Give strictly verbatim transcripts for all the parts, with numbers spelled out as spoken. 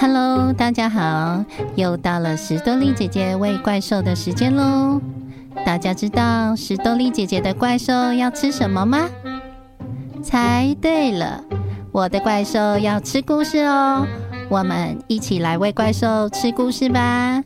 Hello， 大家好，又到了史多利姐姐喂怪兽的时间咯。大家知道史多利姐姐的怪兽要吃什么吗？猜对了，我的怪兽要吃故事哦。我们一起来喂怪兽吃故事吧。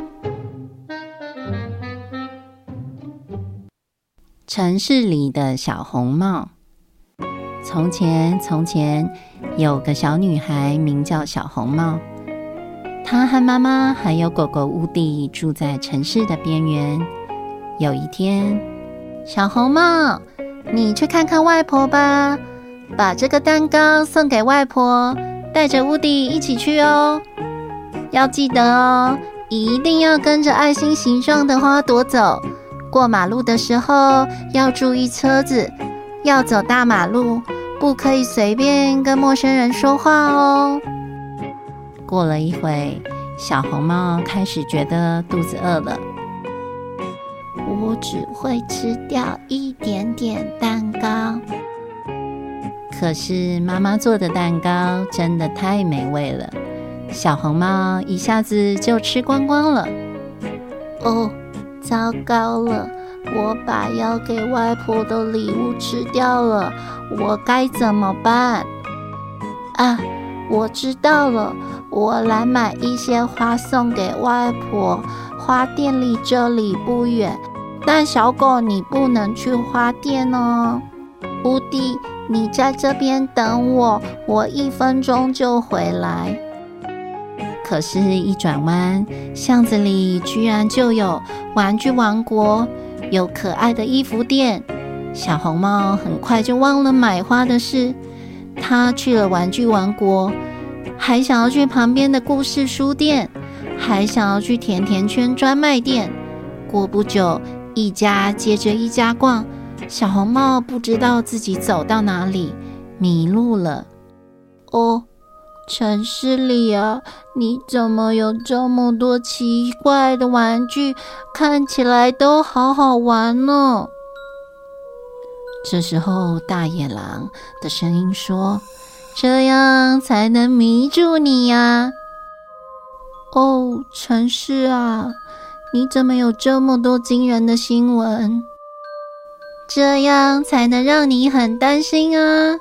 城市里的小红帽。从前从前有个小女孩名叫小红帽，她和妈妈还有狗狗乌迪住在城市的边缘。有一天，小红帽，你去看看外婆吧，把这个蛋糕送给外婆，带着乌迪一起去哦。要记得哦，一定要跟着爱心形状的花朵走。过马路的时候要注意车子，要走大马路，不可以随便跟陌生人说话哦。过了一会，小红帽开始觉得肚子饿了。我只会吃掉一点点蛋糕。可是妈妈做的蛋糕真的太美味了，小红帽一下子就吃光光了。哦，糟糕了，我把要给外婆的礼物吃掉了，我该怎么办？啊，我知道了，我来买一些花送给外婆。花店离这里不远，但小狗你不能去花店哦。乌迪，你在这边等我，我一分钟就回来。可是，一转弯，巷子里居然就有玩具王国，有可爱的衣服店。小红帽很快就忘了买花的事，她去了玩具王国，还想要去旁边的故事书店，还想要去甜甜圈专卖店。过不久，一家接着一家逛，小红帽不知道自己走到哪里，迷路了。哦，城市里啊，你怎么有这么多奇怪的玩具，看起来都好好玩呢？这时候大野狼的声音说，这样才能迷住你呀。哦，城市啊，你怎么有这么多惊人的新闻？这样才能让你很担心啊。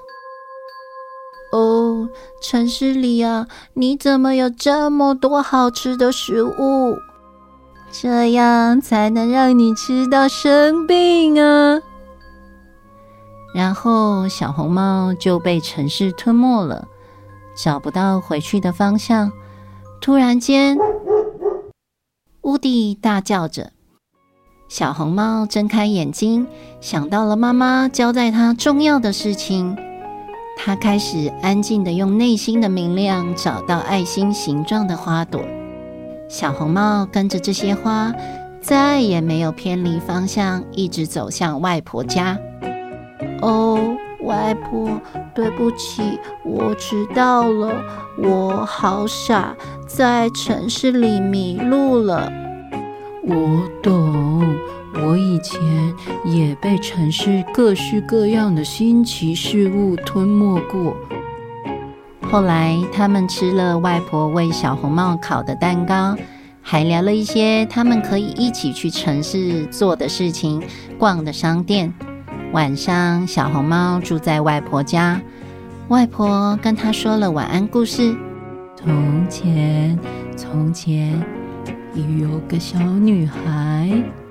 哦，城市里啊，你怎么有这么多好吃的食物？这样才能让你吃到生病啊。然后小红帽就被城市吞没了，找不到回去的方向。突然间，乌迪大叫着。小红帽睁开眼睛，想到了妈妈交代她重要的事情。她开始安静地用内心的明亮找到爱心形状的花朵。小红帽跟着这些花，再也没有偏离方向，一直走向外婆家。哦，外婆，对不起，我迟到了，我好傻，在城市里迷路了。 我懂，我以前也被城市各式各样的新奇事物吞没过。 后来他们吃了外婆为小红帽烤的蛋糕，还聊了一些他们可以一起去城市做的事情，逛的商店。晚上，小红帽住在外婆家，外婆跟她说了晚安故事。 从前，从前有个小女孩。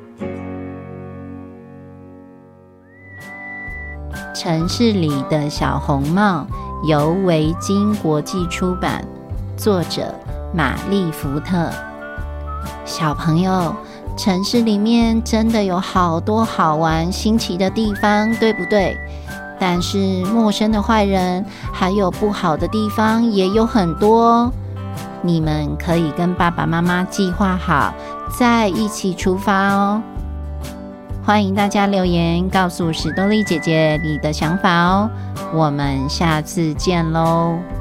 城市里的小红帽由维京国际出版，作者玛丽福特。小朋友，城市里面真的有好多好玩新奇的地方，对不对？但是陌生的坏人还有不好的地方也有很多哦。你们可以跟爸爸妈妈计划好，再一起出发哦。欢迎大家留言告诉史多利姐姐你的想法哦。我们下次见喽。